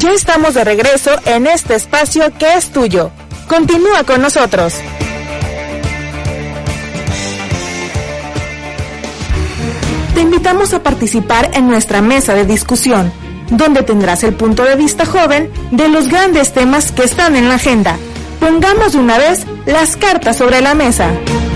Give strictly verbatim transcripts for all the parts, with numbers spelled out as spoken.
Ya estamos de regreso en este espacio que es tuyo. Continúa con nosotros. Te invitamos a participar en nuestra mesa de discusión, donde tendrás el punto de vista joven de los grandes temas que están en la agenda. Pongamos de una vez las cartas sobre la mesa.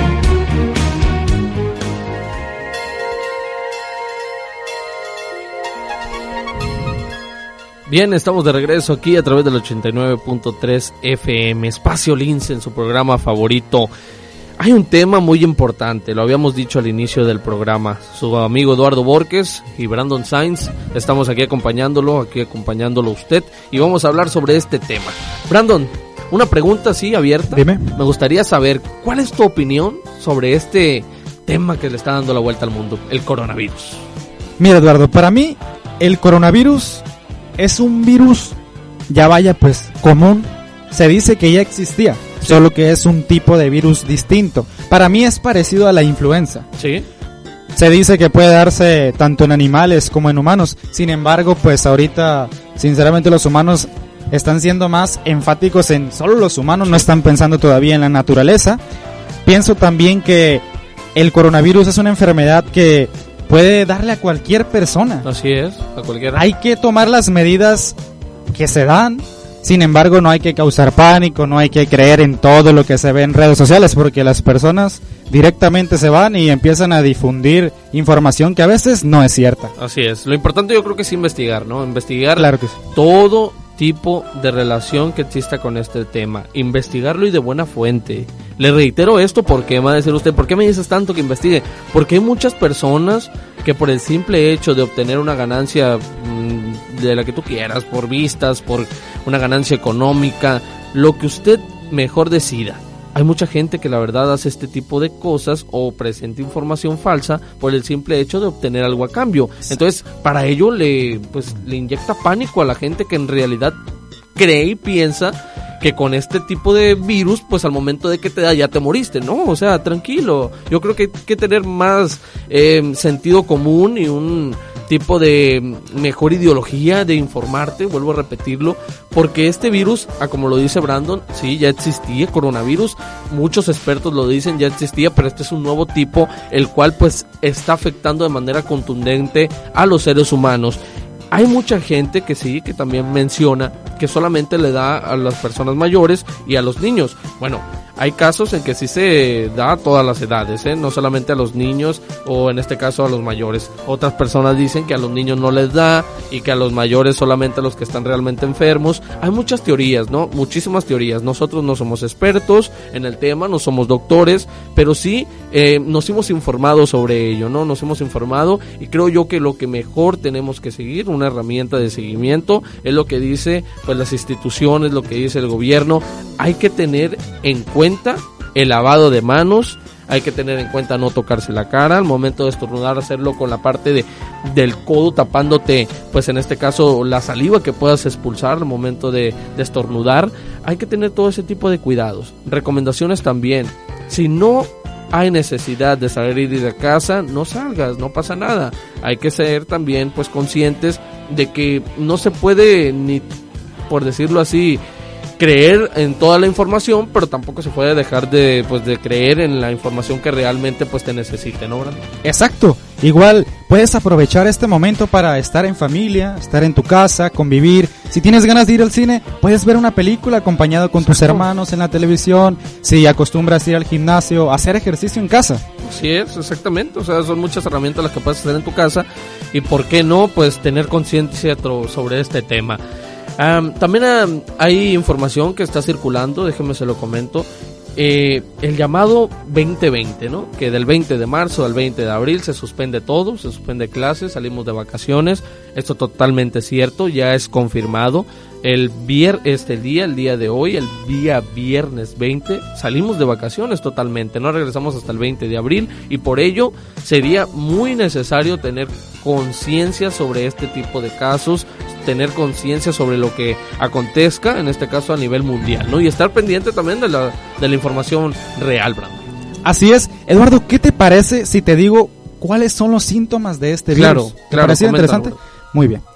Bien, estamos de regreso aquí a través del ochenta y nueve punto tres F M, Espacio Lince en su programa favorito. Hay un tema muy importante, lo habíamos dicho al inicio del programa. Su amigo Eduardo Borges y Brandon Sainz, estamos aquí acompañándolo, aquí acompañándolo usted, y vamos a hablar sobre este tema. Brandon, una pregunta así abierta. Dime. Me gustaría saber, ¿cuál es tu opinión sobre este tema que le está dando la vuelta al mundo, el coronavirus? Mira, Eduardo, para mí el coronavirus es un virus, ya vaya pues, común. Se dice que ya existía, sí, solo que es un tipo de virus distinto. Para mí es parecido a la influenza. Sí. Se dice que puede darse tanto en animales como en humanos. Sin embargo, pues ahorita, sinceramente, los humanos están siendo más enfáticos en solo los humanos, no están pensando todavía en la naturaleza. Pienso también que el coronavirus es una enfermedad que puede darle a cualquier persona. Así es, a cualquiera. Hay que tomar las medidas que se dan. Sin embargo, no hay que causar pánico, no hay que creer en todo lo que se ve en redes sociales, porque las personas directamente se van y empiezan a difundir información que a veces no es cierta. Así es. Lo importante yo creo que es investigar, ¿no? Investigar claro que sí. todo tipo de relación que exista con este tema. Investigarlo y de buena fuente. Le reitero esto porque va a decir usted, ¿por qué me dices tanto que investigue? Porque hay muchas personas que por el simple hecho de obtener una ganancia mmm, de la que tú quieras, por vistas, por una ganancia económica, lo que usted mejor decida. Hay mucha gente que la verdad hace este tipo de cosas o presenta información falsa por el simple hecho de obtener algo a cambio. Entonces, para ello le pues le inyecta pánico a la gente que en realidad cree y piensa que con este tipo de virus, pues al momento de que te da ya te moriste, ¿no? O sea, tranquilo. Yo creo que hay que tener más eh, sentido común y un tipo de mejor ideología de informarte, vuelvo a repetirlo, porque este virus, a como lo dice Brandon, sí, ya existía, coronavirus, muchos expertos lo dicen, ya existía, pero este es un nuevo tipo, el cual pues está afectando de manera contundente a los seres humanos. Hay mucha gente que sí, que también menciona que solamente le da a las personas mayores y a los niños. Bueno, hay casos en que sí se da a todas las edades, ¿eh? No solamente a los niños o en este caso a los mayores. Otras personas dicen que a los niños no les da y que a los mayores solamente a los que están realmente enfermos. Hay muchas teorías, ¿no? Muchísimas teorías. Nosotros no somos expertos en el tema, no somos doctores, pero sí eh, nos hemos informado sobre ello, ¿no? Nos hemos informado y creo yo que lo que mejor tenemos que seguir, una herramienta de seguimiento, es lo que dice pues las instituciones, lo que dice el gobierno. Hay que tener en cuenta el lavado de manos, hay que tener en cuenta no tocarse la cara al momento de estornudar, hacerlo con la parte de del codo tapándote, pues en este caso la saliva que puedas expulsar al momento de, de estornudar. Hay que tener todo ese tipo de cuidados. Recomendaciones también, si no hay necesidad de salir de casa, no salgas, no pasa nada. Hay que ser también pues conscientes de que no se puede ni, por decirlo así, creer en toda la información, pero tampoco se puede dejar de pues de creer en la información que realmente pues te necesite, ¿no, Brandon? Exacto. Igual puedes aprovechar este momento para estar en familia, estar en tu casa, convivir. Si tienes ganas de ir al cine, puedes ver una película acompañado con Exacto. tus hermanos en la televisión. Si acostumbras ir al gimnasio, hacer ejercicio en casa. Sí, es exactamente. O sea, son muchas herramientas las que puedes hacer en tu casa y por qué no, pues tener conciencia sobre este tema. Um, también um, hay información que está circulando, déjeme se lo comento, eh, el llamado veinte veinte, ¿no? Que del veinte de marzo al veinte de abril se suspende todo, se suspende clases, salimos de vacaciones. Esto totalmente cierto, ya es confirmado. El vier, este día, el día de hoy, el día viernes veinte, salimos de vacaciones totalmente, no regresamos hasta el veinte de abril y por ello sería muy necesario tener conciencia sobre este tipo de casos, tener conciencia sobre lo que acontezca, en este caso a nivel mundial, ¿no? Y estar pendiente también de la, de la información real, Brandon. Así es. Eduardo, ¿qué te parece si te digo cuáles son los síntomas de este claro, virus? ¿Te claro, pareció interesante? Bro. Muy bien.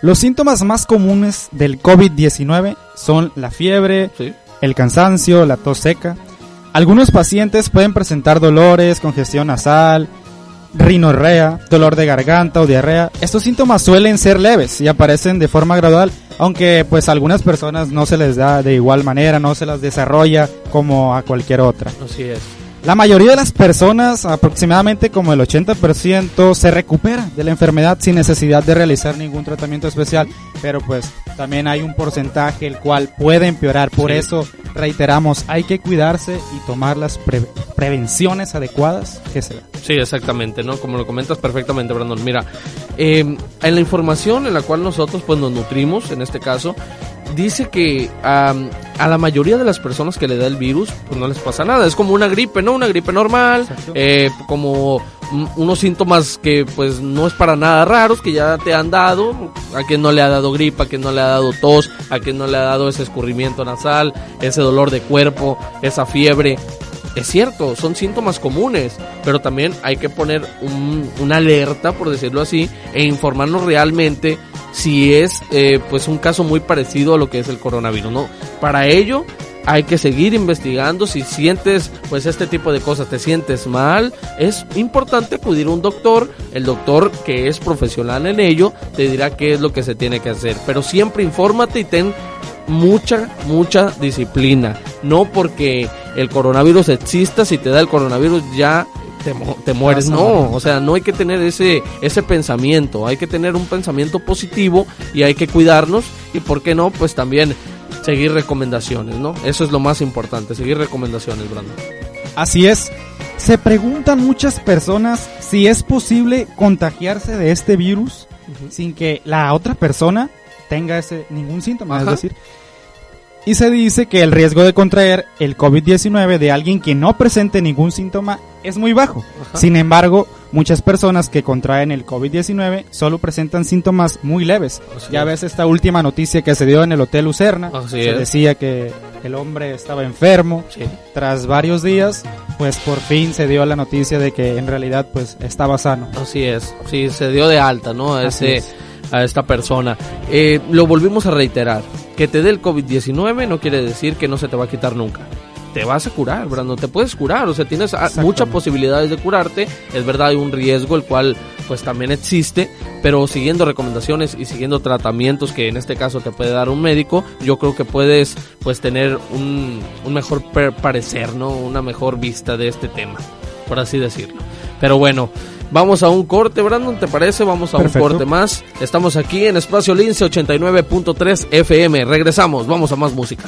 Los síntomas más comunes del COVID diecinueve son la fiebre, sí. el cansancio, la tos seca. Algunos pacientes pueden presentar dolores, congestión nasal, rinorrea, dolor de garganta o diarrea. Estos síntomas suelen ser leves y aparecen de forma gradual, aunque pues a algunas personas no se les da de igual manera, no se las desarrolla como a cualquier otra. Así es. La mayoría de las personas, aproximadamente como el ochenta por ciento, se recupera de la enfermedad sin necesidad de realizar ningún tratamiento especial, pero pues también hay un porcentaje el cual puede empeorar. Por sí. eso reiteramos, hay que cuidarse y tomar las pre- prevenciones adecuadas que se dan. Sí, exactamente, ¿no? Como lo comentas perfectamente, Brandon. Mira, eh, en la información en la cual nosotros pues nos nutrimos, en este caso, dice que um, a la mayoría de las personas que le da el virus, pues no les pasa nada. Es como una gripe, ¿no? Una gripe normal, eh, como m- unos síntomas que pues no es para nada raros, que ya te han dado. A quien no le ha dado gripa, a quien no le ha dado tos, a quien no le ha dado ese escurrimiento nasal, ese dolor de cuerpo, esa fiebre. Es cierto, son síntomas comunes, pero también hay que poner un, una alerta, por decirlo así, e informarnos realmente si es eh, pues un caso muy parecido a lo que es el coronavirus, ¿no? Para ello hay que seguir investigando. Si sientes pues este tipo de cosas, te sientes mal, es importante acudir a un doctor. El doctor que es profesional en ello te dirá qué es lo que se tiene que hacer, pero siempre infórmate y ten mucha, mucha disciplina. No porque el coronavirus exista, si te da el coronavirus ya te, te mueres, no, o sea, no hay que tener ese ese pensamiento, hay que tener un pensamiento positivo y hay que cuidarnos y por qué no, pues también seguir recomendaciones, ¿no? Eso es lo más importante, seguir recomendaciones, Brandon. Así es. Se preguntan muchas personas si es posible contagiarse de este virus uh-huh. sin que la otra persona tenga ese ningún síntoma, Ajá. es decir, y se dice que el riesgo de contraer el COVID diecinueve de alguien que no presente ningún síntoma es muy bajo. Ajá. Sin embargo, muchas personas que contraen el COVID diecinueve solo presentan síntomas muy leves. Así ya es. Ves esta última noticia que se dio en el Hotel Lucerna. Así se es. Decía que el hombre estaba enfermo. Sí. Tras varios días, pues por fin se dio la noticia de que en realidad pues estaba sano. Así es. Sí, se dio de alta, ¿no? A ese, a esta persona. Eh, lo volvimos a reiterar. Que te dé el COVID diecinueve no quiere decir que no se te va a quitar nunca. Te vas a curar, Brandon, te puedes curar, o sea, tienes muchas posibilidades de curarte. Es verdad, hay un riesgo, el cual pues también existe, pero siguiendo recomendaciones y siguiendo tratamientos que en este caso te puede dar un médico, yo creo que puedes pues tener un, un mejor parecer, ¿no? Una mejor vista de este tema, por así decirlo. Pero bueno, vamos a un corte, Brandon, ¿te parece? Vamos a Perfecto. un corte más. Estamos aquí en Espacio Lince ochenta y nueve punto tres F M. Regresamos, vamos a más música.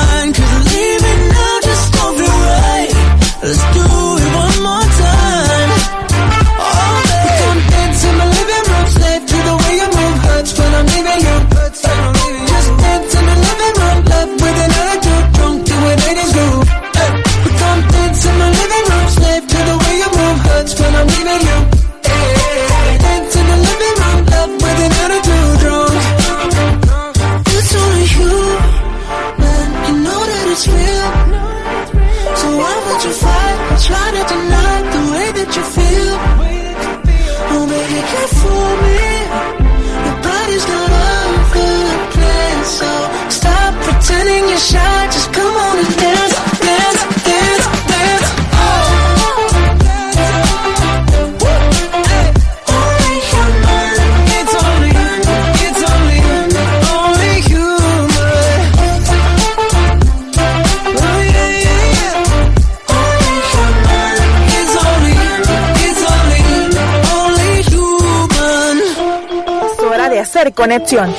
Let's do it one more time. de hacer conexión.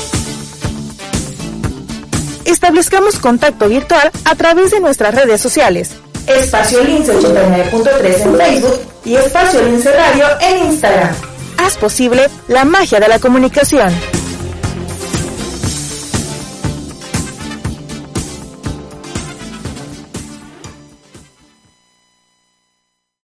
Establezcamos contacto virtual a través de nuestras redes sociales. Espacio Lince ochenta y nueve punto tres en Facebook y Espacio Lince Radio en Instagram. Haz posible la magia de la comunicación.